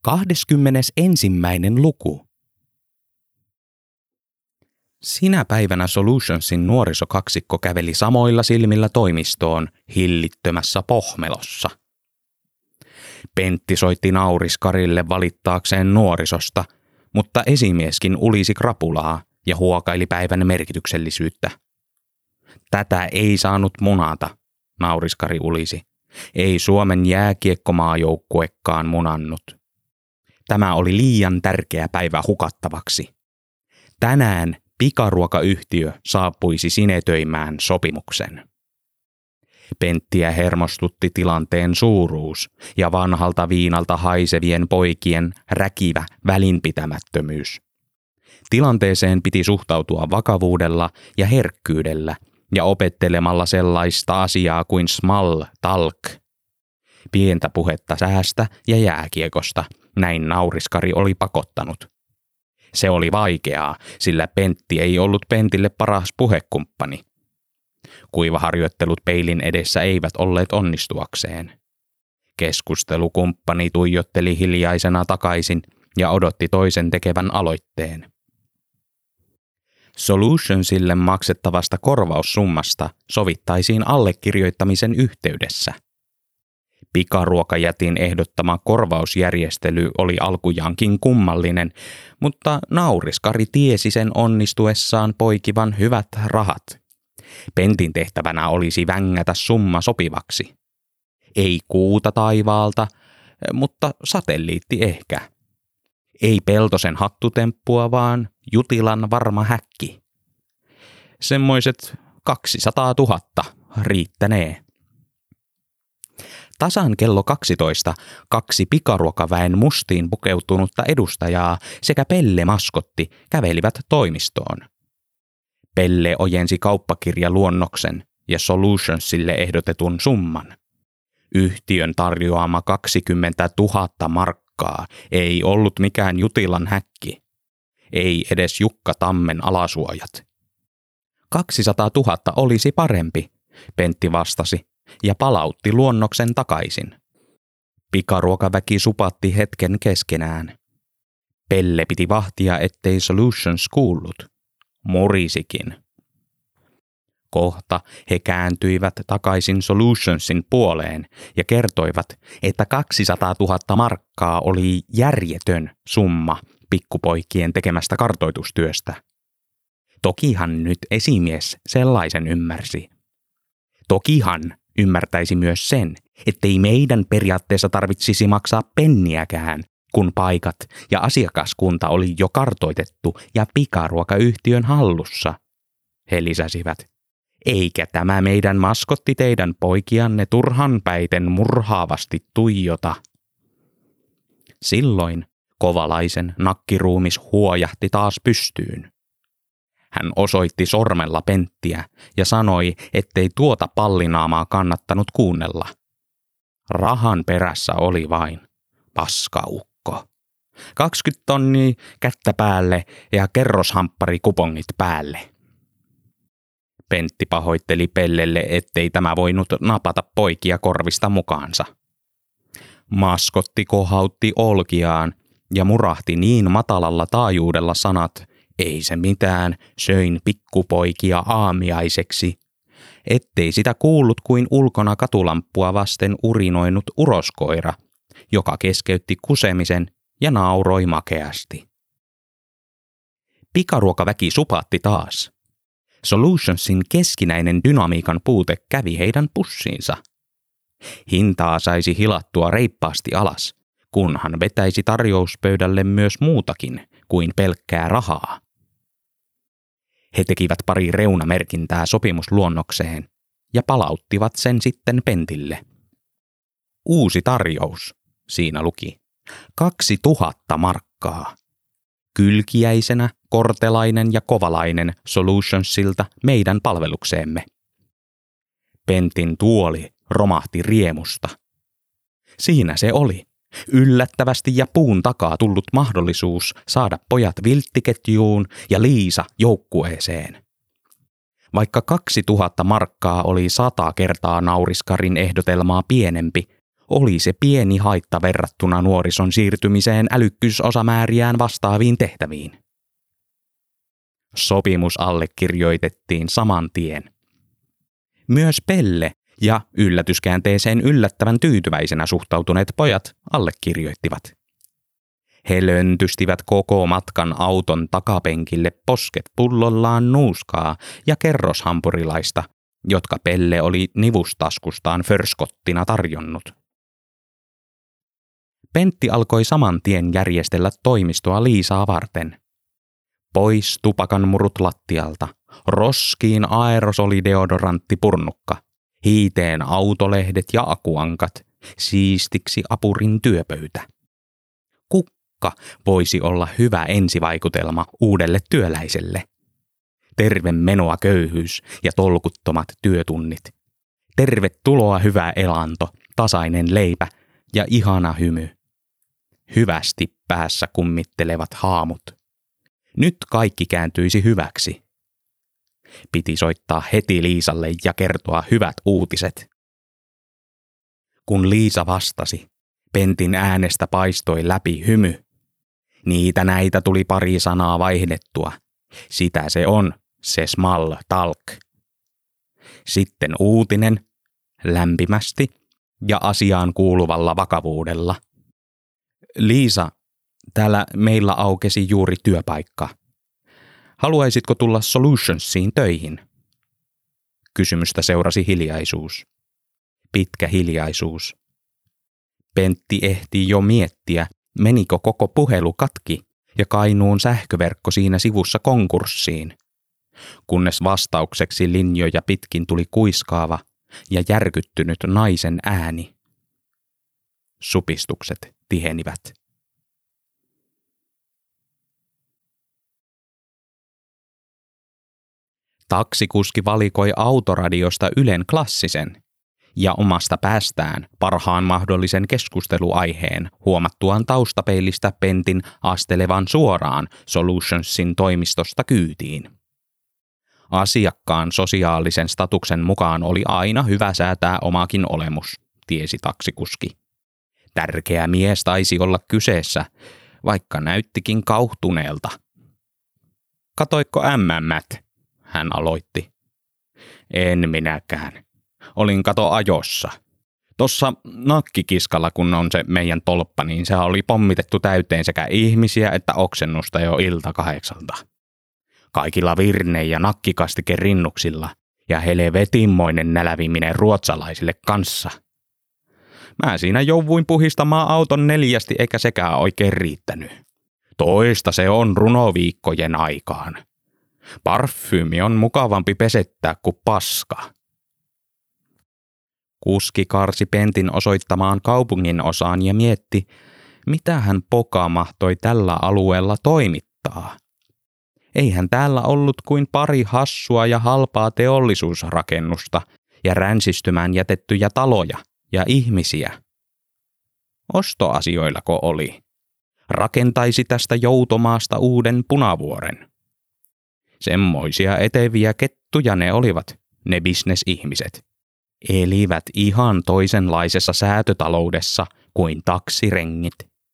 21. luku. Sinä päivänä Solutionsin nuorisokaksikko käveli samoilla silmillä toimistoon hillittömässä pohmelossa. Pentti soitti nauriskarille valittaakseen nuorisosta, mutta esimieskin ulisi krapulaa ja huokaili päivän merkityksellisyyttä. Tätä ei saanut munata, nauriskari ulisi. Ei Suomen jääkiekkomaajoukkuekaan munannut. Tämä oli liian tärkeä päivä hukattavaksi. Tänään pikaruokayhtiö saapuisi sinetöimään sopimuksen. Penttiä hermostutti tilanteen suuruus ja vanhalta viinalta haisevien poikien räkivä välinpitämättömyys. Tilanteeseen piti suhtautua vakavuudella ja herkkyydellä ja opettelemalla sellaista asiaa kuin small talk. Pientä puhetta säästä ja jääkiekosta, näin nauriskari oli pakottanut. Se oli vaikeaa, sillä Pentti ei ollut Pentille paras puhekumppani. Kuivaharjoittelut peilin edessä eivät olleet onnistuakseen. Keskustelukumppani tuijotteli hiljaisena takaisin ja odotti toisen tekevän aloitteen. Solutionsille maksettavasta korvaussummasta sovittaisiin allekirjoittamisen yhteydessä. Pikaruokajätin ehdottama korvausjärjestely oli alkujaankin kummallinen, mutta nauriskari tiesi sen onnistuessaan poikivan hyvät rahat. Pentin tehtävänä olisi vängätä summa sopivaksi. Ei kuuta taivaalta, mutta satelliitti ehkä. Ei Peltosen hattutemppua, vaan Jutilan varma häkki. Semmoiset 200 000 riittänee. Tasan kello 12 kaksi pikaruokaväen mustiin pukeutunutta edustajaa sekä Pelle maskotti kävelivät toimistoon. Pelle ojensi kauppakirjaluonnoksen ja Solutionsille ehdotetun summan. Yhtiön tarjoama 20 000 markkaa ei ollut mikään Jutilan häkki. Ei edes Jukka Tammen alasuojat. 200 000 olisi parempi, Pentti vastasi ja palautti luonnoksen takaisin. Pikaruokaväki supatti hetken keskenään. Pelle piti vahtia, ettei Solutions kuullut. Murisikin. Kohta he kääntyivät takaisin Solutionsin puoleen ja kertoivat, että 200 000 markkaa oli järjetön summa pikkupoikien tekemästä kartoitustyöstä. Tokihan nyt esimies sellaisen ymmärsi. Tokihan ymmärtäisi myös sen, ettei meidän periaatteessa tarvitsisi maksaa penniäkään, kun paikat ja asiakaskunta oli jo kartoitettu ja pikaruokayhtiön hallussa. He lisäsivät. Eikä tämä meidän maskotti teidän poikianne turhanpäiten murhaavasti tuijota. Silloin Kovalaisen nakkiruumis huojahti taas pystyyn. Hän osoitti sormella Penttiä ja sanoi, ettei tuota pallinaamaa kannattanut kuunnella. Rahan perässä oli vain paskaukko. 20 tonnia kättä päälle ja kerroshamppari kupongit päälle. Pentti pahoitteli Pellelle, ettei tämä voinut napata poikia korvista mukaansa. Maskotti kohautti olkiaan ja murahti niin matalalla taajuudella sanat, ei se mitään, söin pikkupoikia aamiaiseksi, ettei sitä kuullut kuin ulkona katulamppua vasten urinoinut uroskoira, joka keskeytti kusemisen ja nauroi makeasti. Pikaruokaväki supatti taas. Solutionsin keskinäinen dynamiikan puute kävi heidän pussiinsa. Hintaa saisi hilattua reippaasti alas, kunhan vetäisi tarjouspöydälle myös muutakin kuin pelkkää rahaa. He tekivät pari reunamerkintää sopimusluonnokseen ja palauttivat sen sitten Pentille. Uusi tarjous, siinä luki. 2000 markkaa. Kylkiäisenä, Kortelainen ja Kovalainen Solutionsilta meidän palvelukseemme. Pentin tuoli romahti riemusta. Siinä se oli. Yllättävästi ja puun takaa tullut mahdollisuus saada pojat vilttiketjuun ja Liisa joukkueeseen. Vaikka 2000 markkaa oli 100 kertaa nauriskarin ehdotelmaa pienempi, oli se pieni haitta verrattuna nuorison siirtymiseen älykkyysosamääriään vastaaviin tehtäviin. Sopimus allekirjoitettiin saman tien. Myös Pelle ja yllätyskäänteeseen yllättävän tyytyväisenä suhtautuneet pojat allekirjoittivat. He löntystivät koko matkan auton takapenkille posket pullollaan nuuskaa ja kerroshampurilaista, jotka Pelle oli nivustaskustaan förskottina tarjonnut. Pentti alkoi saman tien järjestellä toimistoa Liisaa varten. Pois tupakanmurut lattialta, roskiin aerosolideodoranttipurnukka, hiiteen autolehdet ja akuankat, siistiksi apurin työpöytä. Kukka voisi olla hyvä ensivaikutelma uudelle työläiselle. Terve menoa köyhyys ja tolkuttomat työtunnit. Tervetuloa hyvä elanto, tasainen leipä ja ihana hymy. Hyvästi päässä kummittelevat haamut. Nyt kaikki kääntyisi hyväksi. Piti soittaa heti Liisalle ja kertoa hyvät uutiset. Kun Liisa vastasi, Pentin äänestä paistoi läpi hymy. Niitä näitä tuli pari sanaa vaihdettua. Sitä se on, se small talk. Sitten uutinen, lämpimästi ja asiaan kuuluvalla vakavuudella. Liisa, täällä meillä aukesi juuri työpaikka. Haluaisitko tulla Solutionsiin töihin? Kysymystä seurasi hiljaisuus. Pitkä hiljaisuus. Pentti ehti jo miettiä, menikö koko puhelu katki ja Kainuun sähköverkko siinä sivussa konkurssiin. Kunnes vastaukseksi linjoja pitkin tuli kuiskaava ja järkyttynyt naisen ääni. Supistukset tihenivät. Taksikuski valikoi autoradiosta Ylen klassisen ja omasta päästään parhaan mahdollisen keskusteluaiheen huomattuaan taustapeilistä Pentin astelevan suoraan Solutionsin toimistosta kyytiin. Asiakkaan sosiaalisen statuksen mukaan oli aina hyvä säätää omakin olemus, tiesi taksikuski. Tärkeä mies taisi olla kyseessä, vaikka näyttikin kauhtuneelta. Katoikko MM:t? Hän aloitti. En minäkään. Olin kato ajossa. Tossa nakkikiskalla, kun on se meidän tolppa, niin se oli pommitettu täyteen sekä ihmisiä että oksennusta jo ilta 8. Kaikilla virne- ja nakkikastike rinnuksilla ja helvetinmoinen näläviminen ruotsalaisille kanssa. Mä siinä jouduin puhistamaan auton 4 eikä sekään oikein riittänyt. Toista se on runoviikkojen aikaan. Parfyymi on mukavampi pesettää kuin paska. Kuski karsi Pentin osoittamaan kaupungin osaan ja mietti, mitä hän poka mahtoi tällä alueella toimittaa. Eihän täällä ollut kuin pari hassua ja halpaa teollisuusrakennusta ja ränsistymään jätettyjä taloja ja ihmisiä. Ostoasioillako oli? Rakentaisi tästä joutomaasta uuden Punavuoren. Semmoisia eteviä kettuja ne olivat, ne bisnesihmiset. Elivät ihan toisenlaisessa säätötaloudessa kuin taksirengit.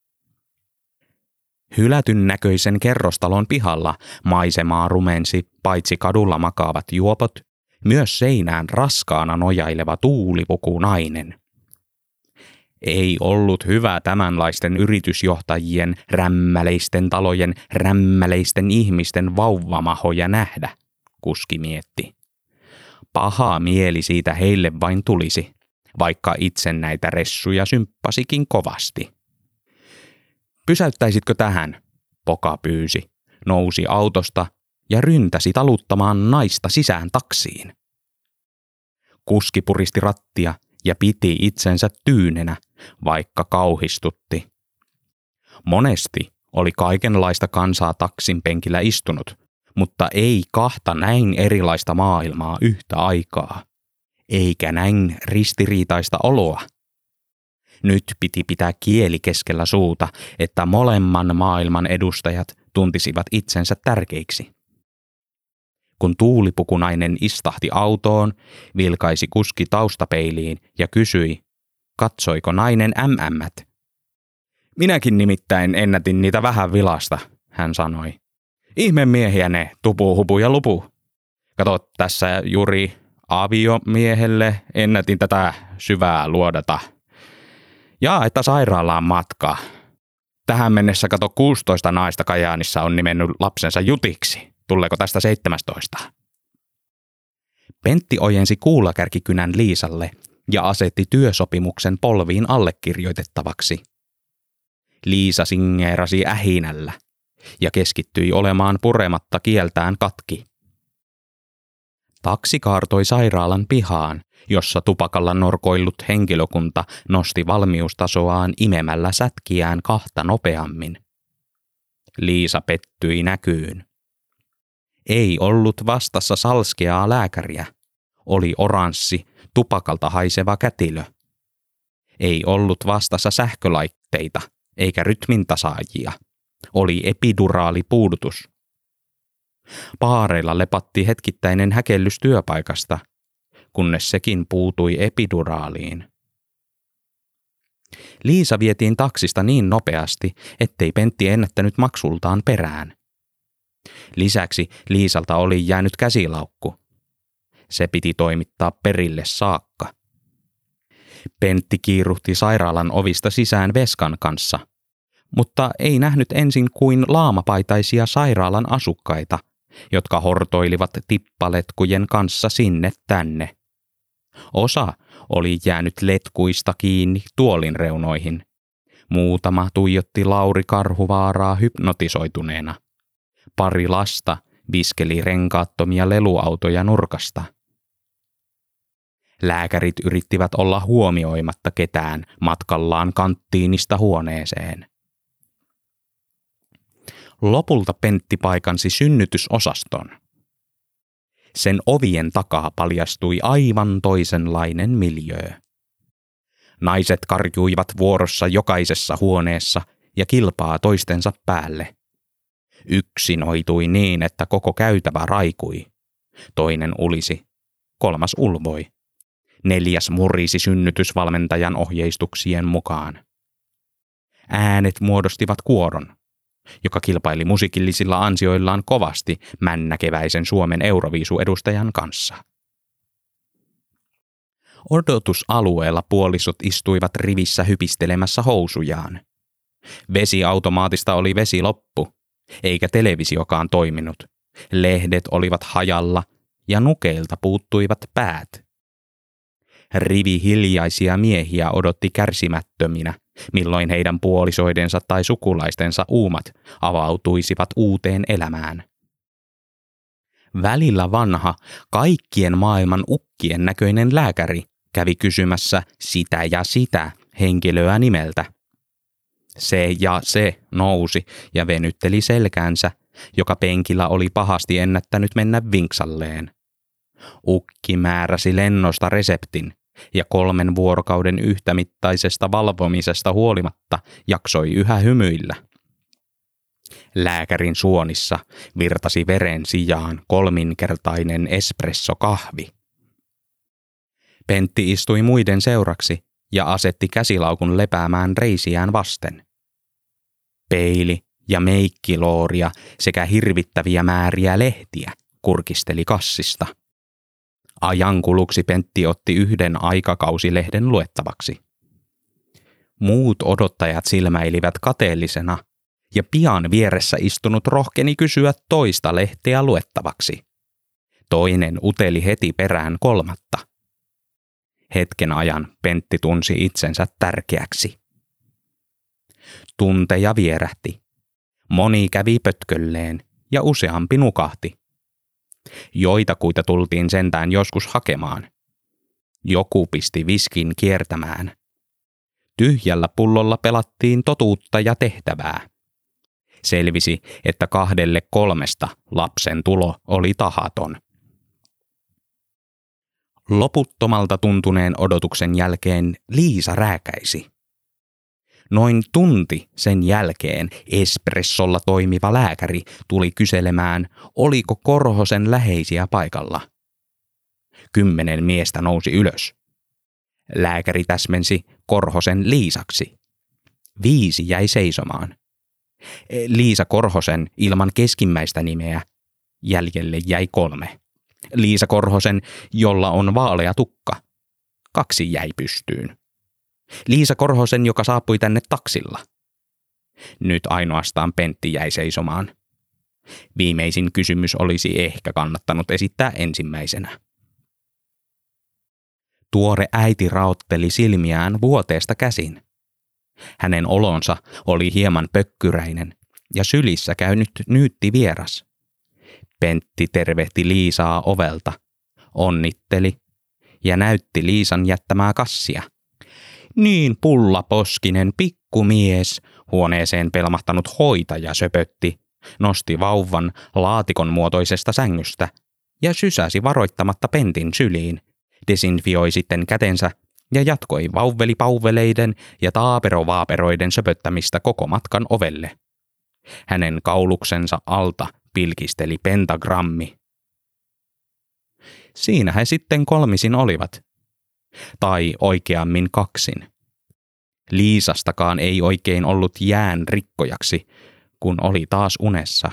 Hylätyn näköisen kerrostalon pihalla maisemaa rumensi paitsi kadulla makaavat juopot, myös seinään raskaana nojaileva tuulipukunainen. Ei ollut hyvä tämänlaisten yritysjohtajien, rämmäleisten talojen, rämmäleisten ihmisten vauvamahoja nähdä, kuski mietti. Paha mieli siitä heille vain tulisi, vaikka itse näitä ressuja symppasikin kovasti. Pysäyttäisitkö tähän? Poka pyysi, nousi autosta ja ryntäsi taluttamaan naista sisään taksiin. Kuski puristi rattia ja piti itsensä tyynenä, vaikka kauhistutti. Monesti oli kaikenlaista kansaa taksin penkillä istunut, mutta ei kahta näin erilaista maailmaa yhtä aikaa, eikä näin ristiriitaista oloa. Nyt piti pitää kieli keskellä suuta, että molemman maailman edustajat tuntisivat itsensä tärkeiksi. Kun tuulipukunainen istahti autoon, vilkaisi kuski taustapeiliin ja kysyi, katsoiko nainen MM:t. Minäkin nimittäin ennätin niitä vähän vilasta, hän sanoi. Ihme miehiä ne, tupu, hupu ja lupu. Kato, tässä juuri aviomiehelle ennätin tätä syvää luodata. Ja että sairaalaan matkaa. Tähän mennessä kato 16 naista Kajaanissa on nimennyt lapsensa Jutiksi. Tuleeko tästä 17? Pentti ojensi kuulakärkikynän Liisalle ja asetti työsopimuksen polviin allekirjoitettavaksi. Liisa singeerasi ähinällä ja keskittyi olemaan purematta kieltään katki. Taksi kaartoi sairaalan pihaan, jossa tupakalla norkoillut henkilökunta nosti valmiustasoaan imemällä sätkiään kahta nopeammin. Liisa pettyi näkyyn. Ei ollut vastassa salskeaa lääkäriä. Oli oranssi, tupakalta haiseva kätilö. Ei ollut vastassa sähkölaitteita, eikä rytmintasaajia. Oli epiduraalipuudutus. Paareilla lepatti hetkittäinen häkellys työpaikasta, kunnes sekin puutui epiduraaliin. Liisa vietiin taksista niin nopeasti, ettei Pentti ennättänyt maksultaan perään. Lisäksi Liisalta oli jäänyt käsilaukku. Se piti toimittaa perille saakka. Pentti kiiruhti sairaalan ovista sisään veskan kanssa, mutta ei nähnyt ensin kuin laamapaitaisia sairaalan asukkaita, jotka hortoilivat tippaletkujen kanssa sinne tänne. Osa oli jäänyt letkuista kiinni tuolin reunoihin. Muutama tuijotti Lauri Karhuvaaraa hypnotisoituneena. Pari lasta viskeli renkaattomia leluautoja nurkasta. Lääkärit yrittivät olla huomioimatta ketään matkallaan kanttiinista huoneeseen. Lopulta Pentti paikansi synnytysosaston. Sen ovien takaa paljastui aivan toisenlainen miljöö. Naiset karjuivat vuorossa jokaisessa huoneessa ja kilpaa toistensa päälle. Yksi noitui niin, että koko käytävä raikui. Toinen ulisi, kolmas ulvoi. Neljäs murisi synnytysvalmentajan ohjeistuksien mukaan. Äänet muodostivat kuoron, joka kilpaili musiikillisilla ansioillaan kovasti männäkeväisen Suomen Euroviisu-edustajan kanssa. Odotusalueella puolisot istuivat rivissä hypistelemässä housujaan. Vesiautomaatista oli vesi loppu, eikä televisiokaan toiminut. Lehdet olivat hajalla ja nukeilta puuttuivat päät. Rivi hiljaisia miehiä odotti kärsimättöminä, milloin heidän puolisoidensa tai sukulaistensa uumat avautuisivat uuteen elämään. Välillä vanha, kaikkien maailman ukkien näköinen lääkäri kävi kysymässä sitä ja sitä henkilöä nimeltä. Se ja se nousi ja venytteli selkäänsä, joka penkillä oli pahasti ennättänyt mennä vinksalleen. Ukki määräsi lennosta reseptin ja 3 vuorokauden yhtämittaisesta valvomisesta huolimatta jaksoi yhä hymyillä. Lääkärin suonissa virtasi veren sijaan 3-kertainen espressokahvi. Pentti istui muiden seuraksi ja asetti käsilaukun lepäämään reisiään vasten. Peili ja meikkilooria sekä hirvittäviä määriä lehtiä kurkisteli kassista. Ajankuluksi Pentti otti yhden aikakausilehden luettavaksi. Muut odottajat silmäilivät kateellisena, ja pian vieressä istunut rohkeni kysyä toista lehteä luettavaksi. Toinen uteli heti perään 3. Hetken ajan Pentti tunsi itsensä tärkeäksi. Tunteja vierähti. Moni kävi pötkölleen ja useampi nukahti. Joitakuita tultiin sentään joskus hakemaan. Joku pisti viskin kiertämään. Tyhjällä pullolla pelattiin totuutta ja tehtävää. Selvisi, että 2/3 lapsen tulo oli tahaton. Loputtomalta tuntuneen odotuksen jälkeen Liisa rääkäisi. Noin tunti sen jälkeen espressolla toimiva lääkäri tuli kyselemään, oliko Korhosen läheisiä paikalla. 10 miestä nousi ylös. Lääkäri täsmensi Korhosen Liisaksi. 5 jäi seisomaan. Liisa Korhosen ilman keskimmäistä nimeä. Jäljelle jäi 3. Liisa Korhosen, jolla on vaalea tukka. 2 jäi pystyyn. Liisa Korhosen, joka saapui tänne taksilla. Nyt ainoastaan Pentti jäi seisomaan. Viimeisin kysymys olisi ehkä kannattanut esittää ensimmäisenä. Tuore äiti raotteli silmiään vuoteesta käsin. Hänen olonsa oli hieman pökkyräinen ja sylissä käynyt nyytti vieras. Pentti tervehti Liisaa ovelta, onnitteli ja näytti Liisan jättämää kassia. Niin pullaposkinen pikkumies, huoneeseen pelmahtanut hoitaja söpötti, nosti vauvan laatikon muotoisesta sängystä ja sysäsi varoittamatta Pentin syliin, desinfioi sitten kätensä ja jatkoi vauvelipauveleiden ja taaperovaaperoiden söpöttämistä koko matkan ovelle. Hänen kauluksensa alta pilkisteli pentagrammi. Siinä he sitten kolmisin olivat. Tai oikeammin kaksin. Liisastakaan ei oikein ollut jään rikkojaksi, kun oli taas unessa.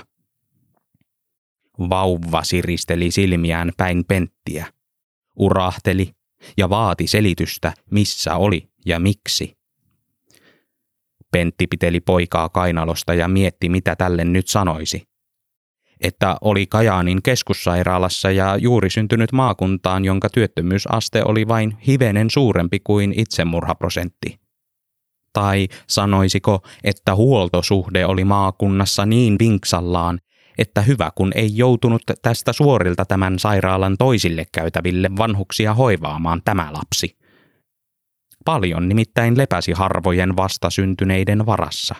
Vauva siristeli silmiään päin Penttiä, urahteli ja vaati selitystä, missä oli ja miksi. Pentti piteli poikaa kainalosta ja mietti, mitä tälle nyt sanoisi. Että oli Kajaanin keskussairaalassa ja juuri syntynyt maakuntaan, jonka työttömyysaste oli vain hivenen suurempi kuin itsemurhaprosentti. Tai sanoisiko, että huoltosuhde oli maakunnassa niin vinksallaan, että hyvä kun ei joutunut tästä suorilta tämän sairaalan toisille käytäville vanhuksia hoivaamaan tämä lapsi. Paljon nimittäin lepäsi harvojen vastasyntyneiden varassa.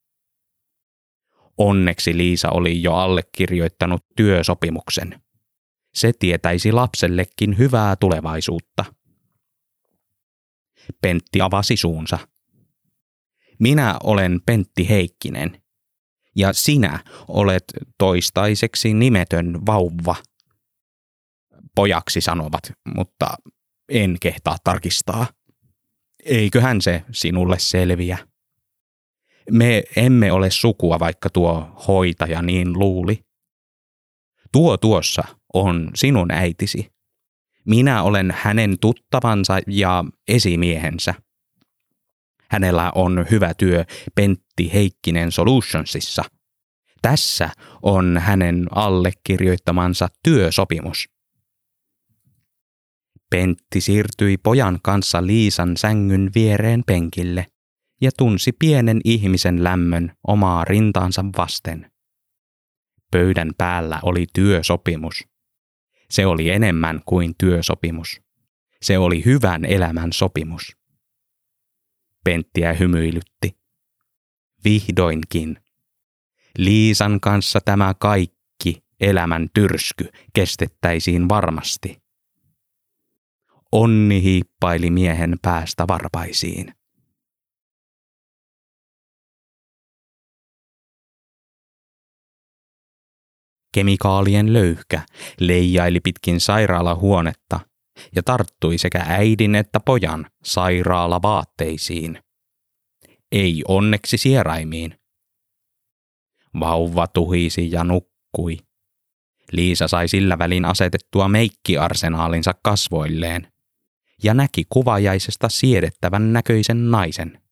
Onneksi Liisa oli jo allekirjoittanut työsopimuksen. Se tietäisi lapsellekin hyvää tulevaisuutta. Pentti avasi suunsa. Minä olen Pentti Heikkinen, ja sinä olet toistaiseksi nimetön vauva. Pojaksi sanovat, mutta en kehtaa tarkistaa. Eiköhän se sinulle selviä. Me emme ole sukua, vaikka tuo hoitaja niin luuli. Tuossa on sinun äitisi. Minä olen hänen tuttavansa ja esimiehensä. Hänellä on hyvä työ Pentti Heikkinen Solutionsissa. Tässä on hänen allekirjoittamansa työsopimus. Pentti siirtyi pojan kanssa Liisan sängyn viereen penkille ja tunsi pienen ihmisen lämmön omaa rintaansa vasten. Pöydän päällä oli työsopimus. Se oli enemmän kuin työsopimus. Se oli hyvän elämän sopimus. Penttiä hymyilytti. Vihdoinkin. Liisan kanssa tämä kaikki elämän tyrsky kestettäisiin varmasti. Onni hiippaili miehen päästä varpaisiin. Kemikaalien löyhkä leijaili pitkin sairaalahuonetta ja tarttui sekä äidin että pojan sairaalavaatteisiin. Ei onneksi sieraimiin. Vauva tuhisi ja nukkui. Liisa sai sillä välin asetettua meikkiarsenaalinsa kasvoilleen ja näki kuvajaisesta siedettävän näköisen naisen.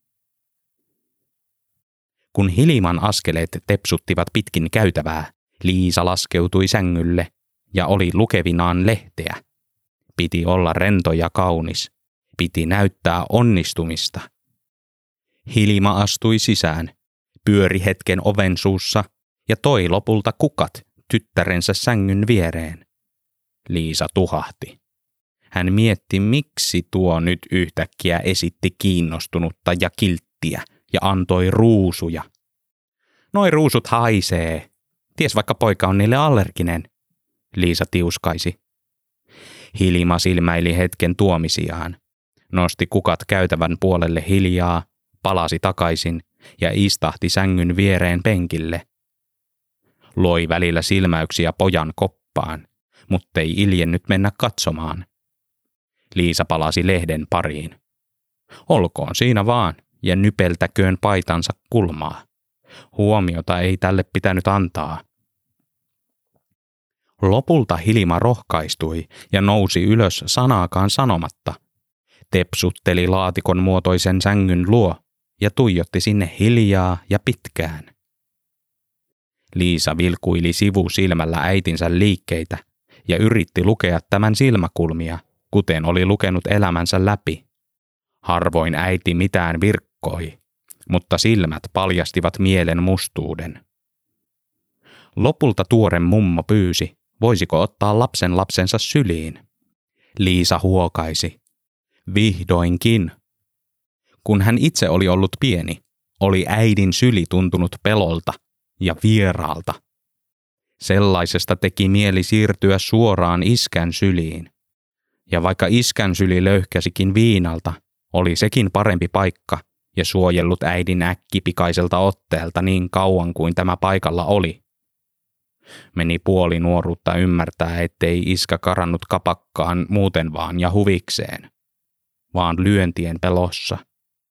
Kun Hiliman askeleet tepsuttivat pitkin käytävää, Liisa laskeutui sängylle ja oli lukevinaan lehteä. Piti olla rento ja kaunis. Piti näyttää onnistumista. Hilima astui sisään, pyöri hetken oven suussa ja toi lopulta kukat tyttärensä sängyn viereen. Liisa tuhahti. Hän mietti, miksi tuo nyt yhtäkkiä esitti kiinnostunutta ja kilttiä ja antoi ruusuja. Noi ruusut haisee. Ties vaikka poika on niille allerginen, Liisa tiuskaisi. Hilima silmäili hetken tuomisiaan, nosti kukat käytävän puolelle hiljaa, palasi takaisin ja istahti sängyn viereen penkille. Loi välillä silmäyksiä pojan koppaan, muttei iljennyt mennä katsomaan. Liisa palasi lehden pariin. Olkoon siinä vaan ja nypeltäköön paitansa kulmaa. Huomiota ei tälle pitänyt antaa. Lopulta Hilma rohkaistui ja nousi ylös sanaakaan sanomatta. Tepsutteli laatikon muotoisen sängyn luo ja tuijotti sinne hiljaa ja pitkään. Liisa vilkuili sivusilmällä äitinsä liikkeitä ja yritti lukea tämän silmäkulmia, kuten oli lukenut elämänsä läpi. Harvoin äiti mitään virkkoi, mutta silmät paljastivat mielen mustuuden. Lopulta tuore mummo pyysi, voisiko ottaa lapsensa syliin. Liisa huokaisi. Vihdoinkin. Kun hän itse oli ollut pieni, oli äidin syli tuntunut pelolta ja vieraalta. Sellaisesta teki mieli siirtyä suoraan iskän syliin. Ja vaikka iskän syli löyhkäsikin viinalta, oli sekin parempi paikka ja suojellut äidin äkkipikaiselta otteelta niin kauan kuin tämä paikalla oli. Meni puoli nuoruutta ymmärtää, ettei iskä karannut kapakkaan muuten vaan ja huvikseen, vaan lyöntien pelossa.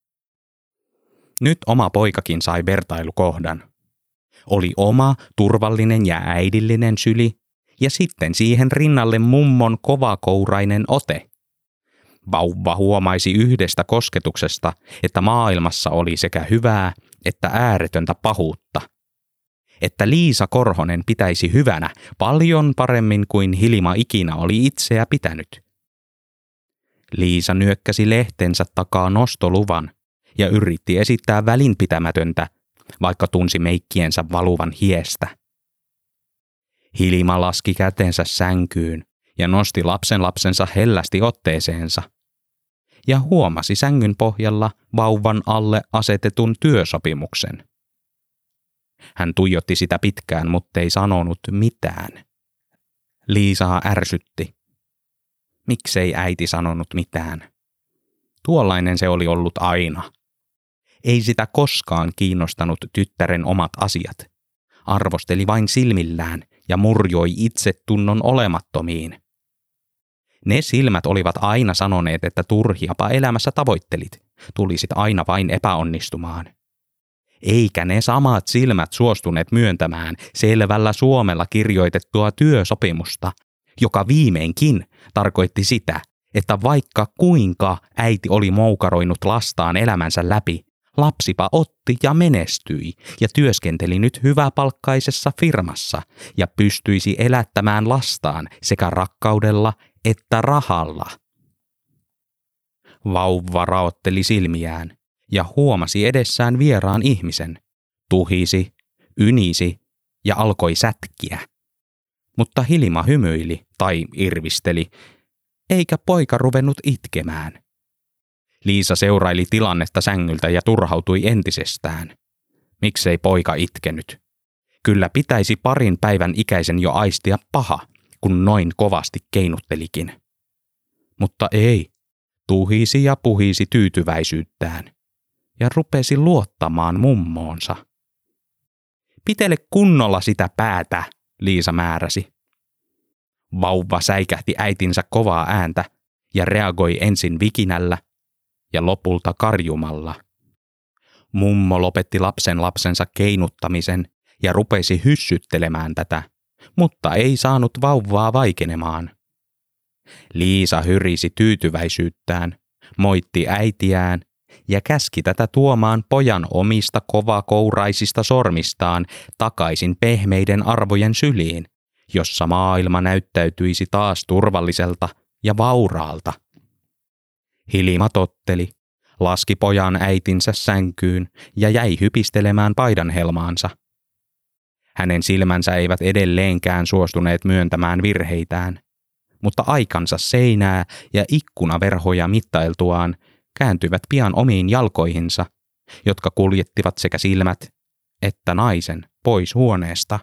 Nyt oma poikakin sai vertailukohdan. Oli oma, turvallinen ja äidillinen syli, ja sitten siihen rinnalle mummon kovakourainen ote. Vauva huomaisi yhdestä kosketuksesta, että maailmassa oli sekä hyvää että ääretöntä pahuutta. Että Liisa Korhonen pitäisi hyvänä paljon paremmin kuin Hilma ikinä oli itseä pitänyt. Liisa nyökkäsi lehtensä takaa nostoluvan ja yritti esittää välinpitämätöntä, vaikka tunsi meikkiensä valuvan hiestä. Hilma laski kätensä sänkyyn ja nosti lapsensa hellästi otteeseensa. Ja huomasi sängyn pohjalla vauvan alle asetetun työsopimuksen. Hän tuijotti sitä pitkään, muttei sanonut mitään. Liisaa ärsytti. Miksei äiti sanonut mitään? Tuollainen se oli ollut aina. Ei sitä koskaan kiinnostanut tyttären omat asiat. Arvosteli vain silmillään ja murjoi itsetunnon olemattomiin. Ne silmät olivat aina sanoneet, että turhiapa elämässä tavoittelit, tulisit aina vain epäonnistumaan. Eikä ne samat silmät suostuneet myöntämään selvällä suomella kirjoitettua työsopimusta, joka viimeinkin tarkoitti sitä, että vaikka kuinka äiti oli moukaroinut lastaan elämänsä läpi, lapsipa otti ja menestyi ja työskenteli nyt hyväpalkkaisessa firmassa ja pystyisi elättämään lastaan sekä rakkaudella että rahalla. Vauva raotteli silmiään ja huomasi edessään vieraan ihmisen, tuhisi, ynisi ja alkoi sätkiä. Mutta Hilma hymyili tai irvisteli, eikä poika ruvennut itkemään. Liisa seuraili tilannetta sängyltä ja turhautui entisestään. Miksei poika itkenyt? Kyllä pitäisi parin päivän ikäisen jo aistia paha, kun noin kovasti keinuttelikin. Mutta ei, tuhisi ja puhisi tyytyväisyyttään ja rupesi luottamaan mummoonsa. Pitele kunnolla sitä päätä, Liisa määräsi. Vauva säikähti äitinsä kovaa ääntä ja reagoi ensin vikinällä ja lopulta karjumalla. Mummo lopetti lapsensa keinuttamisen ja rupesi hyssyttelemään tätä, mutta ei saanut vauvaa vaikenemaan. Liisa hyrisi tyytyväisyyttään, moitti äitiään ja käski tätä tuomaan pojan omista kovakouraisista sormistaan takaisin pehmeiden arvojen syliin, jossa maailma näyttäytyisi taas turvalliselta ja vauraalta. Hilma totteli, laski pojan äitinsä sänkyyn ja jäi hypistelemään paidanhelmaansa. Hänen silmänsä eivät edelleenkään suostuneet myöntämään virheitään, mutta aikansa seinää ja ikkunaverhoja mittailtuaan kääntyivät pian omiin jalkoihinsa, jotka kuljettivat sekä silmät että naisen pois huoneesta.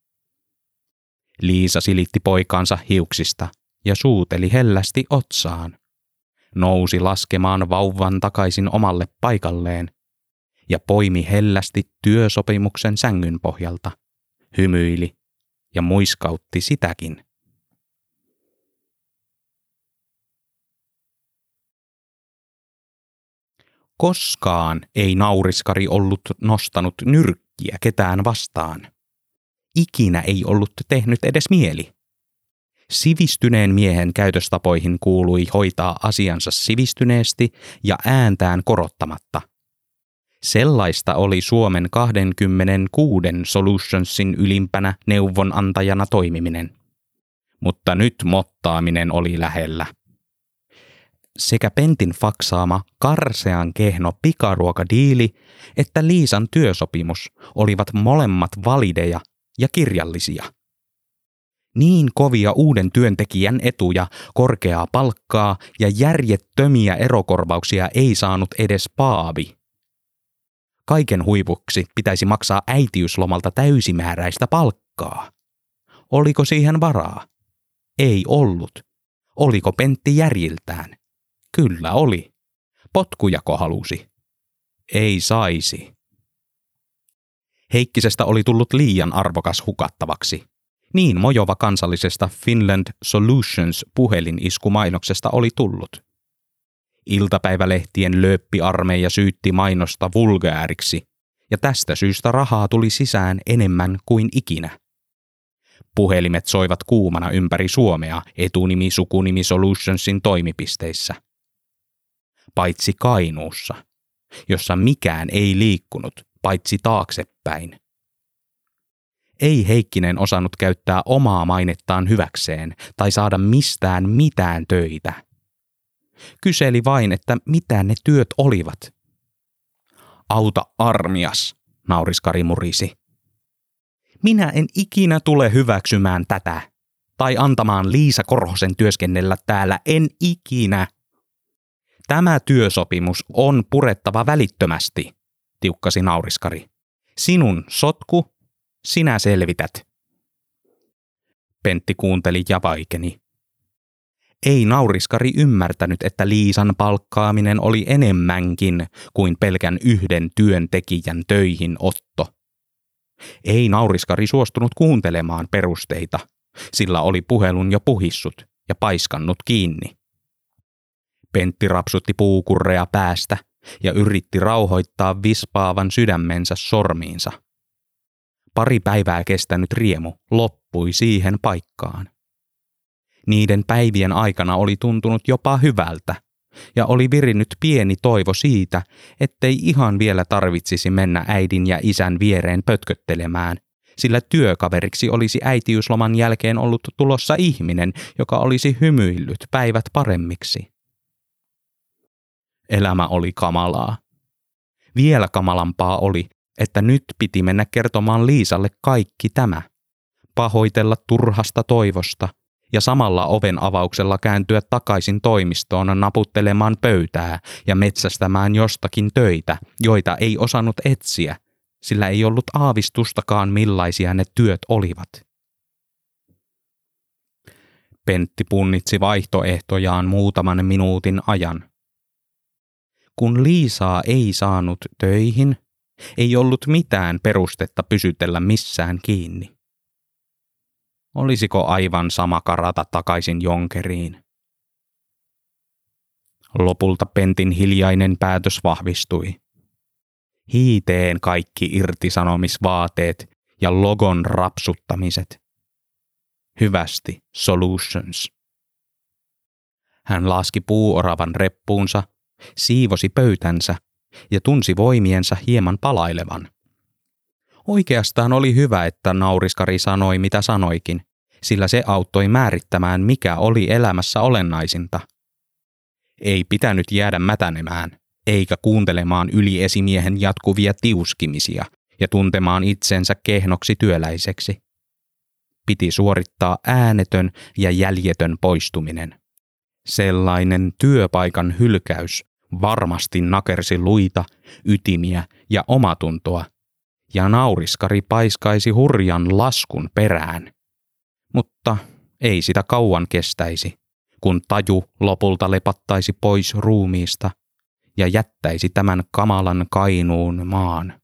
Liisa silitti poikaansa hiuksista ja suuteli hellästi otsaan. Nousi laskemaan vauvan takaisin omalle paikalleen ja poimi hellästi työsopimuksen sängyn pohjalta, hymyili ja muiskautti sitäkin. Koskaan ei nauriskari ollut nostanut nyrkkiä ketään vastaan. Ikinä ei ollut tehnyt edes mieli. Sivistyneen miehen käytöstapoihin kuului hoitaa asiansa sivistyneesti ja ääntään korottamatta. Sellaista oli Suomen 26 Solutionsin ylimpänä neuvonantajana toimiminen. Mutta nyt mottaaminen oli lähellä. Sekä Pentin faksaama karsean kehno pikaruokadiili että Liisan työsopimus olivat molemmat valideja ja kirjallisia. Niin kovia uuden työntekijän etuja, korkeaa palkkaa ja järjettömiä erokorvauksia ei saanut edes paavi. Kaiken huipuksi pitäisi maksaa äitiyslomalta täysimääräistä palkkaa. Oliko siihen varaa? Ei ollut. Oliko Pentti järjiltään? Kyllä oli. Potkujako halusi? Ei saisi. Heikkisestä oli tullut liian arvokas hukattavaksi. Niin mojova kansallisesta Finland Solutions puheliniskumainoksesta oli tullut. Iltapäivälehtien lööppiarmeija syytti mainosta vulgaariksi, ja tästä syystä rahaa tuli sisään enemmän kuin ikinä. Puhelimet soivat kuumana ympäri Suomea etunimi-sukunimi Solutionsin toimipisteissä. Paitsi Kainuussa, jossa mikään ei liikkunut, paitsi taaksepäin. Ei Heikkinen osannut käyttää omaa mainettaan hyväkseen tai saada mistään mitään töitä. Kyseli vain, että mitä ne työt olivat. Auta armias, nauriskari murisi. Minä en ikinä tule hyväksymään tätä. Tai antamaan Liisa Korhosen työskennellä täällä, en ikinä. Tämä työsopimus on purettava välittömästi, tiukkasi nauriskari. Sinun sotku, sinä selvität. Pentti kuunteli ja vaikeni. Ei nauriskari ymmärtänyt, että Liisan palkkaaminen oli enemmänkin kuin pelkän yhden työntekijän töihin otto. Ei nauriskari suostunut kuuntelemaan perusteita, sillä oli puhelun jo puhissut ja paiskannut kiinni. Pentti rapsutti puukurrea päästä ja yritti rauhoittaa vispaavan sydämensä sormiinsa. Pari päivää kestänyt riemu loppui siihen paikkaan. Niiden päivien aikana oli tuntunut jopa hyvältä ja oli virinnyt pieni toivo siitä, ettei ihan vielä tarvitsisi mennä äidin ja isän viereen pötköttelemään, sillä työkaveriksi olisi äitiysloman jälkeen ollut tulossa ihminen, joka olisi hymyillyt päivät paremmiksi. Elämä oli kamalaa. Vielä kamalampaa oli, että nyt piti mennä kertomaan Liisalle kaikki tämä, pahoitella turhasta toivosta ja samalla oven avauksella kääntyä takaisin toimistoon naputtelemaan pöytää ja metsästämään jostakin töitä, joita ei osannut etsiä, sillä ei ollut aavistustakaan millaisia ne työt olivat. Pentti punnitsi vaihtoehtojaan muutaman minuutin ajan. Kun Liisaa ei saanut töihin, ei ollut mitään perustetta pysytellä missään kiinni. Olisiko aivan sama karata takaisin Jonkeriin? Lopulta Pentin hiljainen päätös vahvistui. Hiiteen kaikki irtisanomisvaateet ja logon rapsuttamiset. Hyvästi Solutions. Hän laski puuoravan reppuunsa, siivosi pöytänsä ja tunsi voimiensa hieman palailevan. Oikeastaan oli hyvä, että nauriskari sanoi mitä sanoikin, sillä se auttoi määrittämään mikä oli elämässä olennaisinta. Ei pitänyt jäädä mätänemään, eikä kuuntelemaan yliesimiehen jatkuvia tiuskimisia ja tuntemaan itsensä kehnoksi työläiseksi. Piti suorittaa äänetön ja jäljetön poistuminen. Sellainen työpaikan hylkäys varmasti nakersi luita, ytimiä ja omatuntoa, ja nauriskari paiskaisi hurjan laskun perään. Mutta ei sitä kauan kestäisi, kun taju lopulta lepattaisi pois ruumiista ja jättäisi tämän kamalan Kainuun maan.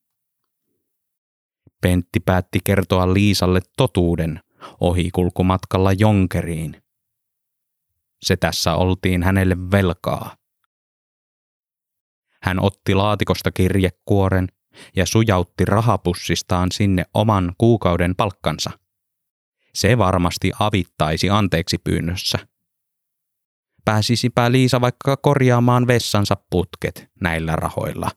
Pentti päätti kertoa Liisalle totuuden ohikulkumatkalla Jonkeriin. Se tässä oltiin hänelle velkaa. Hän otti laatikosta kirjekuoren ja sujautti rahapussistaan sinne oman kuukauden palkkansa. Se varmasti avittaisi anteeksi pyynnössä. Pääsisipä Liisa vaikka korjaamaan vessansa putket näillä rahoilla.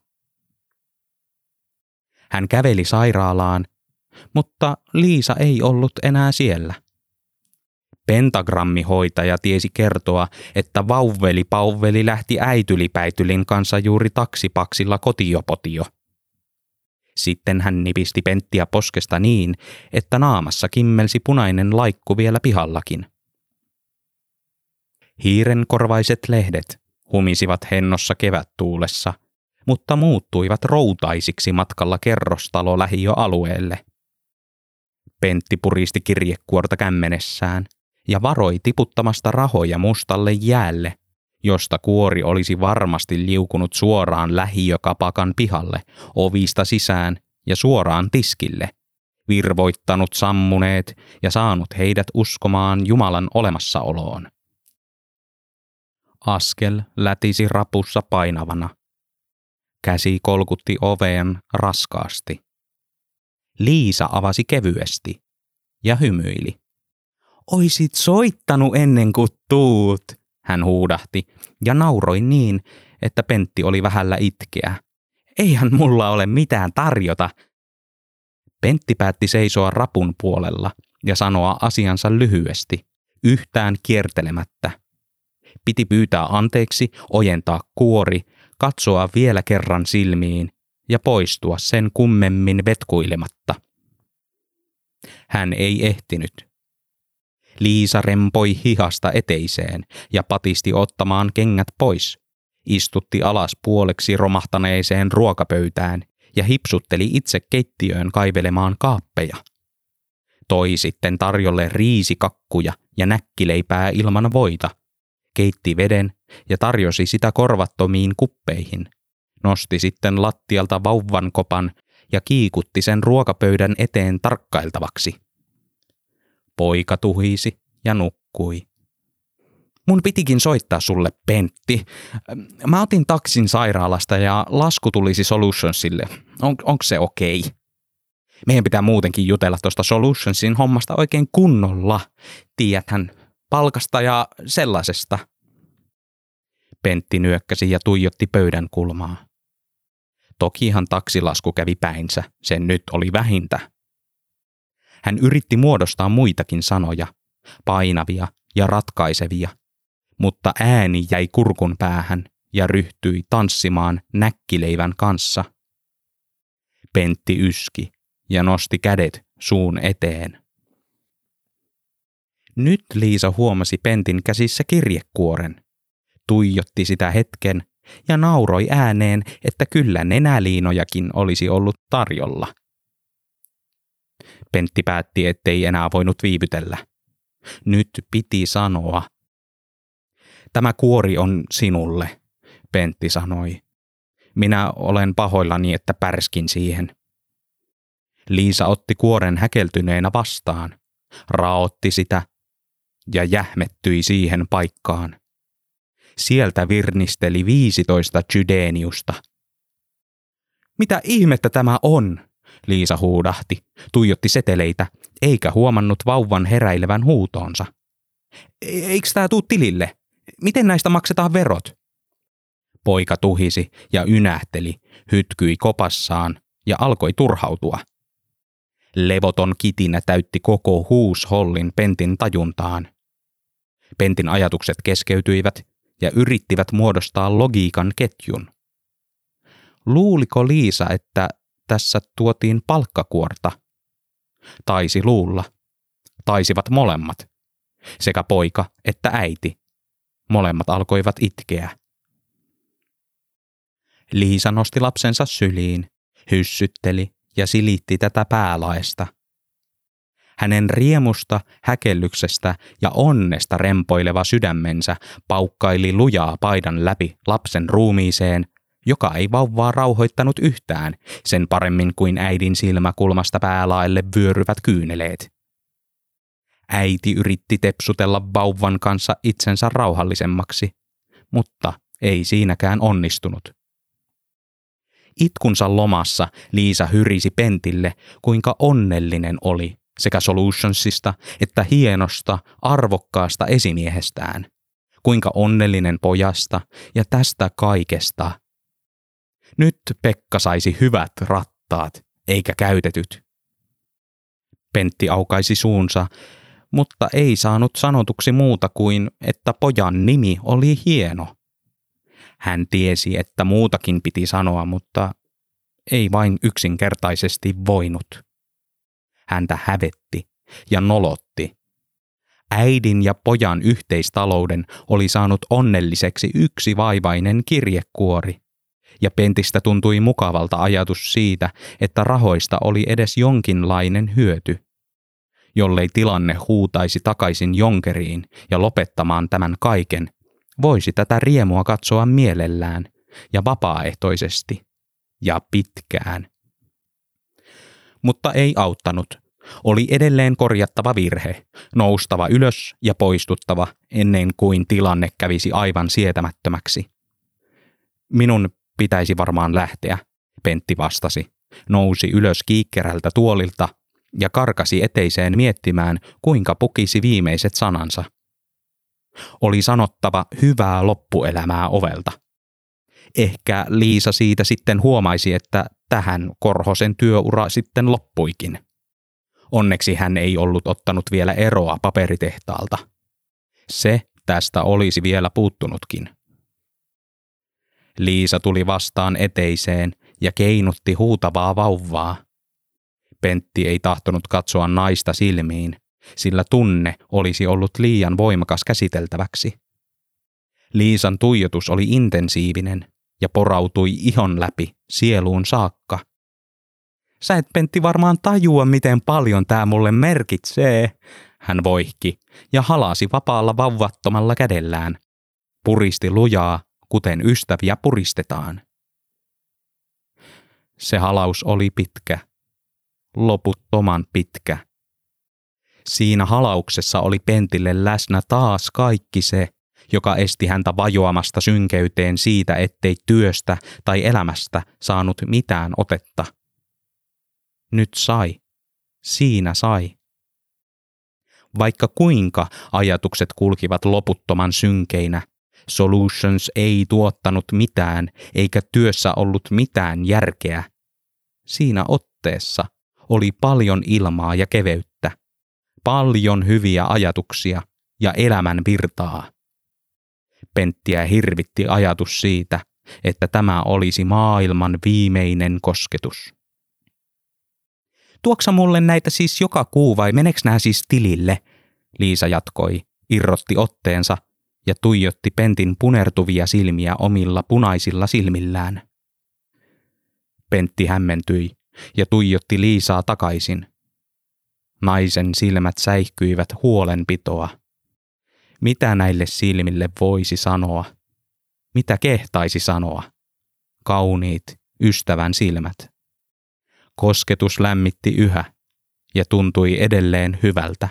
Hän käveli sairaalaan, mutta Liisa ei ollut enää siellä. Pentagrammihoitaja tiesi kertoa, että vauveli Pauveli lähti äitylipäitylin kanssa juuri taksipaksilla kotiopotio. Sitten hän nipisti Penttiä poskesta niin, että naamassa kimmelsi punainen laikku vielä pihallakin. Hiirenkorvaiset lehdet humisivat hennossa kevättuulessa, mutta muuttuivat routaisiksi matkalla kerrostalo-lähiöalueelle. Pentti puristi kirjekuorta kämmenessään ja varoi tiputtamasta rahoja mustalle jäälle, josta kuori olisi varmasti liukunut suoraan lähiökapakan pihalle, ovista sisään ja suoraan tiskille, virvoittanut sammuneet ja saanut heidät uskomaan Jumalan olemassaoloon. Askel lätisi rapussa painavana. Käsi kolkutti oveen raskaasti. Liisa avasi kevyesti ja hymyili. Oisit soittanut ennen kuin tuut, hän huudahti ja nauroi niin, että Pentti oli vähällä itkeä. Eihän mulla ole mitään tarjota. Pentti päätti seisoa rapun puolella ja sanoa asiansa lyhyesti, yhtään kiertelemättä. Piti pyytää anteeksi, ojentaa kuori, katsoa vielä kerran silmiin ja poistua sen kummemmin vetkuilematta. Hän ei ehtinyt. Liisa rempoi hihasta eteiseen ja patisti ottamaan kengät pois, istutti alas puoleksi romahtaneeseen ruokapöytään ja hipsutteli itse keittiöön kaivelemaan kaappeja. Toi sitten tarjolle riisikakkuja ja näkkileipää ilman voita, keitti veden ja tarjosi sitä korvattomiin kuppeihin, nosti sitten lattialta vauvan kopan ja kiikutti sen ruokapöydän eteen tarkkailtavaksi. Poika tuhisi ja nukkui. Mun pitikin soittaa sulle, Pentti. Mä otin taksin sairaalasta ja lasku tulisi Solutionsille. Onko se okei? Meidän pitää muutenkin jutella tuosta Solutionsin hommasta oikein kunnolla. Tiedäthän, palkasta ja sellaisesta. Pentti nyökkäsi ja tuijotti pöydän kulmaa. Tokihan taksilasku kävi päinsä, sen nyt oli vähintä. Hän yritti muodostaa muitakin sanoja, painavia ja ratkaisevia, mutta ääni jäi kurkun päähän ja ryhtyi tanssimaan näkkileivän kanssa. Pentti yski ja nosti kädet suun eteen. Nyt Liisa huomasi Pentin käsissä kirjekuoren, tuijotti sitä hetken ja nauroi ääneen, että kyllä nenäliinojakin olisi ollut tarjolla. Pentti päätti, ettei enää voinut viivytellä. Nyt piti sanoa. Tämä kuori on sinulle, Pentti sanoi. Minä olen pahoillani, että pärskin siihen. Liisa otti kuoren häkeltyneenä vastaan, raotti sitä ja jähmettyi siihen paikkaan. Sieltä virnisteli 15 Chydeniusta. Mitä ihmettä tämä on? Liisa huudahti, tuijotti seteleitä, eikä huomannut vauvan heräilevän huutoonsa. Eikö tää tuu tilille? Miten näistä maksetaan verot? Poika tuhisi ja ynähteli, hytkyi kopassaan ja alkoi turhautua. Levoton kitinä täytti koko huushollin Pentin tajuntaan. Pentin ajatukset keskeytyivät ja yrittivät muodostaa logiikan ketjun. Luuliko Liisa, että tässä tuotiin palkkakuorta? Taisi luulla. Taisivat molemmat. Sekä poika että äiti. Molemmat alkoivat itkeä. Liisa nosti lapsensa syliin, hyssytteli ja silitti tätä päälaesta. Hänen riemusta, häkellyksestä ja onnesta rempoileva sydämensä paukkaili lujaa paidan läpi lapsen ruumiiseen, joka ei vauvaa rauhoittanut yhtään, sen paremmin kuin äidin silmäkulmasta päälaelle vyöryvät kyyneleet. Äiti yritti tepsutella vauvan kanssa itsensä rauhallisemmaksi, mutta ei siinäkään onnistunut. Itkunsa lomassa Liisa hyrisi Pentille, kuinka onnellinen oli sekä Solutionsista että hienosta, arvokkaasta esimiehestään. Kuinka onnellinen pojasta ja tästä kaikesta. Nyt Pekka saisi hyvät rattaat, eikä käytetyt. Pentti aukaisi suunsa, mutta ei saanut sanotuksi muuta kuin, että pojan nimi oli hieno. Hän tiesi, että muutakin piti sanoa, mutta ei vain yksinkertaisesti voinut. Häntä hävetti ja nolotti. Äidin ja pojan yhteistalouden oli saanut onnelliseksi yksi vaivainen kirjekuori, ja Pentistä tuntui mukavalta ajatus siitä, että rahoista oli edes jonkinlainen hyöty. Jollei tilanne huutaisi takaisin Jonkeriin ja lopettamaan tämän kaiken, voisi tätä riemua katsoa mielellään ja vapaaehtoisesti ja pitkään. Mutta ei auttanut. Oli edelleen korjattava virhe, noustava ylös ja poistuttava ennen kuin tilanne kävisi aivan sietämättömäksi. Minun pitäisi varmaan lähteä, Pentti vastasi, nousi ylös kiikkerältä tuolilta ja karkasi eteiseen miettimään, kuinka pukisi viimeiset sanansa. Oli sanottava hyvää loppuelämää ovelta. Ehkä Liisa siitä sitten huomaisi, että tähän Korhosen työura sitten loppuikin. Onneksi hän ei ollut ottanut vielä eroa paperitehtaalta. Se tästä olisi vielä puuttunutkin. Liisa tuli vastaan eteiseen ja keinutti huutavaa vauvaa. Pentti ei tahtonut katsoa naista silmiin, sillä tunne olisi ollut liian voimakas käsiteltäväksi. Liisan tuijotus oli intensiivinen ja porautui ihon läpi sieluun saakka. Sä et, Pentti, varmaan tajua, miten paljon tää mulle merkitsee, hän voihki ja halasi vapaalla vauvattomalla kädellään. Puristi lujaa, kuten ystäviä puristetaan. Se halaus oli pitkä, loputtoman pitkä. Siinä halauksessa oli Pentille läsnä taas kaikki se, joka esti häntä vajoamasta synkeyteen siitä, ettei työstä tai elämästä saanut mitään otetta. Nyt sai. Siinä sai. Vaikka kuinka ajatukset kulkivat loputtoman synkeinä, Solutions ei tuottanut mitään eikä työssä ollut mitään järkeä. Siinä otteessa oli paljon ilmaa ja keveyttä, paljon hyviä ajatuksia ja elämän virtaa. Penttiä hirvitti ajatus siitä, että tämä olisi maailman viimeinen kosketus. Tuoksa mulle näitä siis joka kuu vai meneks nää siis tilille? Liisa jatkoi, irrotti otteensa ja tuijotti Pentin punertuvia silmiä omilla punaisilla silmillään. Pentti hämmentyi ja tuijotti Liisaa takaisin. Naisen silmät säihkyivät huolenpitoa. Mitä näille silmille voisi sanoa? Mitä kehtaisi sanoa? Kauniit, ystävän silmät. Kosketus lämmitti yhä ja tuntui edelleen hyvältä.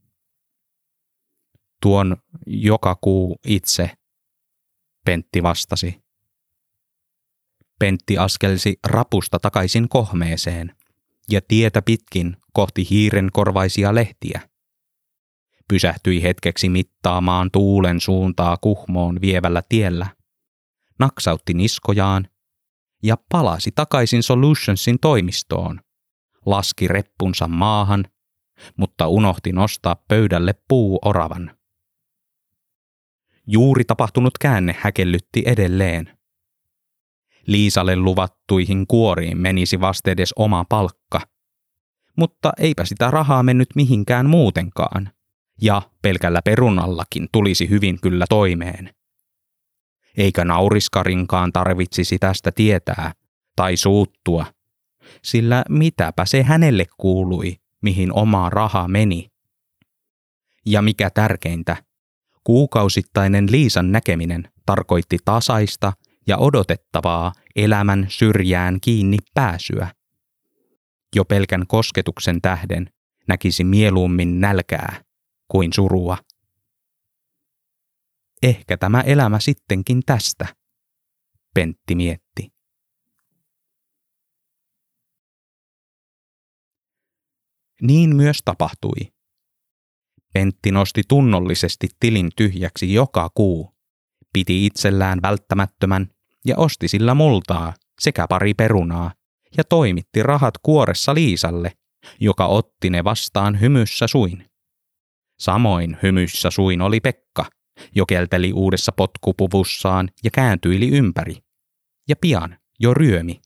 Tuon joka kuu itse, Pentti vastasi. Pentti askelsi rapusta takaisin kohmeeseen ja tietä pitkin kohti hiirenkorvaisia lehtiä. Pysähtyi hetkeksi mittaamaan tuulen suuntaa Kuhmoon vievällä tiellä, naksautti niskojaan ja palasi takaisin Solutionsin toimistoon, laski reppunsa maahan, mutta unohti nostaa pöydälle puuoravan. Juuri tapahtunut käänne häkellytti edelleen. Liisalle luvattuihin kuoriin menisi vastedes oma palkka, mutta eipä sitä rahaa mennyt mihinkään muutenkaan, ja pelkällä perunallakin tulisi hyvin kyllä toimeen. Eikä nauriskarinkaan tarvitsisi tästä tietää tai suuttua, sillä mitäpä se hänelle kuului, mihin oma raha meni. Ja mikä tärkeintä, kuukausittainen Liisan näkeminen tarkoitti tasaista ja odotettavaa elämän syrjään kiinni pääsyä. Jo pelkän kosketuksen tähden näkisi mieluummin nälkää kuin surua. Ehkä tämä elämä sittenkin tästä, Pentti mietti. Niin myös tapahtui. Pentti nosti tunnollisesti tilin tyhjäksi joka kuu, piti itsellään välttämättömän ja osti sillä multaa sekä pari perunaa ja toimitti rahat kuoressa Liisalle, joka otti ne vastaan hymyssä suin. Samoin hymyssä suin oli Pekka, jokelteli uudessa potkupuvussaan ja kääntyili ympäri. Ja pian jo ryömi.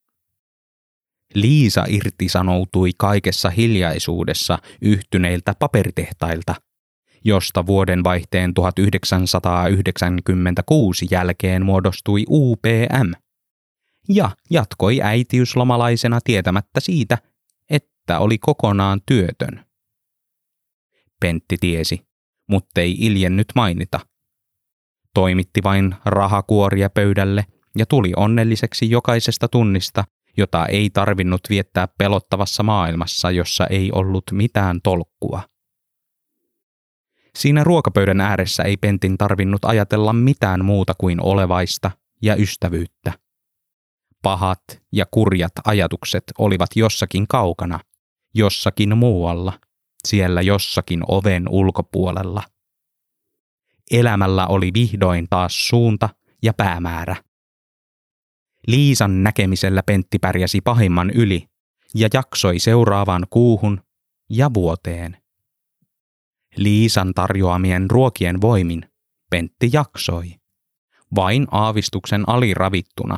Liisa irtisanoutui kaikessa hiljaisuudessa yhtyneiltä paperitehtailta, josta vuodenvaihteen 1996 jälkeen muodostui UPM, ja jatkoi äitiyslomalaisena tietämättä siitä, että oli kokonaan työtön. Pentti tiesi, muttei iljennyt mainita. Toimitti vain rahakuoria pöydälle ja tuli onnelliseksi jokaisesta tunnista, jota ei tarvinnut viettää pelottavassa maailmassa, jossa ei ollut mitään tolkkua. Siinä ruokapöydän ääressä ei Pentin tarvinnut ajatella mitään muuta kuin olevaista ja ystävyyttä. Pahat ja kurjat ajatukset olivat jossakin kaukana, jossakin muualla, siellä jossakin oven ulkopuolella. Elämällä oli vihdoin taas suunta ja päämäärä. Liisan näkemisellä Pentti pärjäsi pahimman yli ja jaksoi seuraavaan kuuhun ja vuoteen. Liisan tarjoamien ruokien voimin Pentti jaksoi, vain aavistuksen aliravittuna.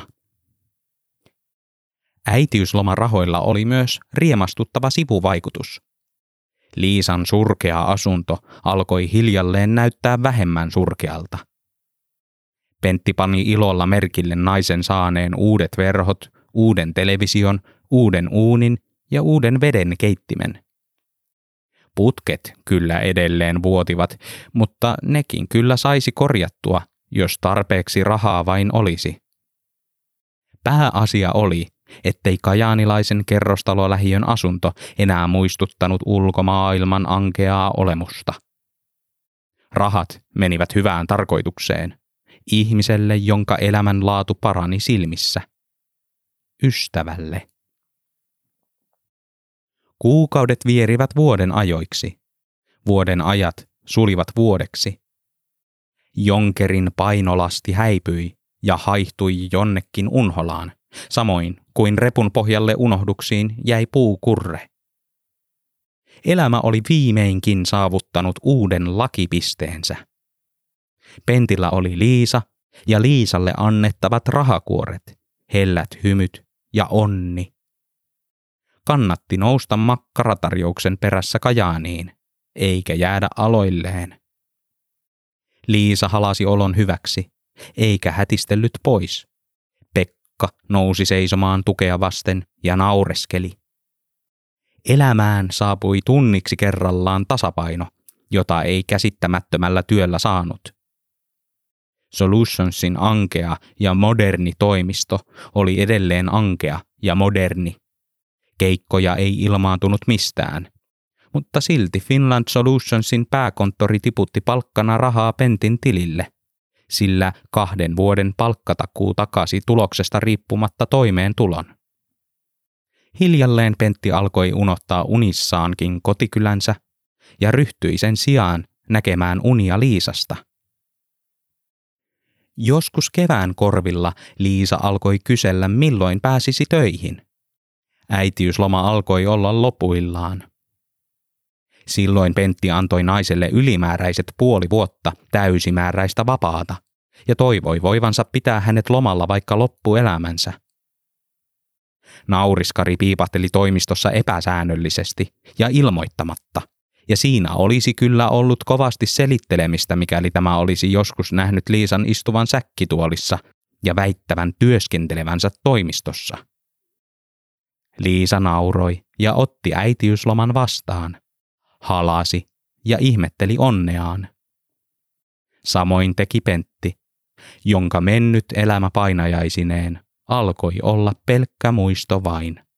Äitiyslomarahoilla oli myös riemastuttava sivuvaikutus. Liisan surkea asunto alkoi hiljalleen näyttää vähemmän surkealta. Pentti pani ilolla merkille naisen saaneen uudet verhot, uuden television, uuden uunin ja uuden veden keittimen. Putket kyllä edelleen vuotivat, mutta nekin kyllä saisi korjattua, jos tarpeeksi rahaa vain olisi. Pääasia oli, ettei kajaanilaisen kerrostalolähiön asunto enää muistuttanut ulkomaailman ankeaa olemusta. Rahat menivät hyvään tarkoitukseen, ihmiselle, jonka elämänlaatu parani silmissä. Ystävälle. Kuukaudet vierivät vuoden ajoiksi. Vuoden ajat sulivat vuodeksi. Jonkerin painolasti häipyi ja haihtui jonnekin unholaan, samoin kuin repun pohjalle unohduksiin jäi puukurre. Elämä oli viimeinkin saavuttanut uuden lakipisteensä. Pentillä oli Liisa ja Liisalle annettavat rahakuoret, hellät hymyt ja onni. Kannatti nousta makkaratarjouksen perässä Kajaaniin, eikä jäädä aloilleen. Liisa halasi olon hyväksi, eikä hätistellyt pois. Pekka nousi seisomaan tukea vasten ja naureskeli. Elämään saapui tunniksi kerrallaan tasapaino, jota ei käsittämättömällä työllä saanut. Solutionsin ankea ja moderni toimisto oli edelleen ankea ja moderni. Keikkoja ei ilmaantunut mistään, mutta silti Finland Solutionsin pääkonttori tiputti palkkana rahaa Pentin tilille, sillä 2 vuoden palkkatakuu takasi tuloksesta riippumatta toimeentulon. Hiljalleen Pentti alkoi unohtaa unissaankin kotikylänsä ja ryhtyi sen sijaan näkemään unia Liisasta. Joskus kevään korvilla Liisa alkoi kysellä, milloin pääsisi töihin. Äitiysloma alkoi olla lopuillaan. Silloin Pentti antoi naiselle ylimääräiset 0,5 vuotta täysimääräistä vapaata ja toivoi voivansa pitää hänet lomalla vaikka loppuelämänsä. Nauriskari piipahteli toimistossa epäsäännöllisesti ja ilmoittamatta, ja siinä olisi kyllä ollut kovasti selittelemistä, mikäli tämä olisi joskus nähnyt Liisan istuvan säkkituolissa ja väittävän työskentelevänsä toimistossa. Liisa nauroi ja otti äitiysloman vastaan, halasi ja ihmetteli onneaan. Samoin teki Pentti, jonka mennyt elämä painajaisineen alkoi olla pelkkä muisto vain.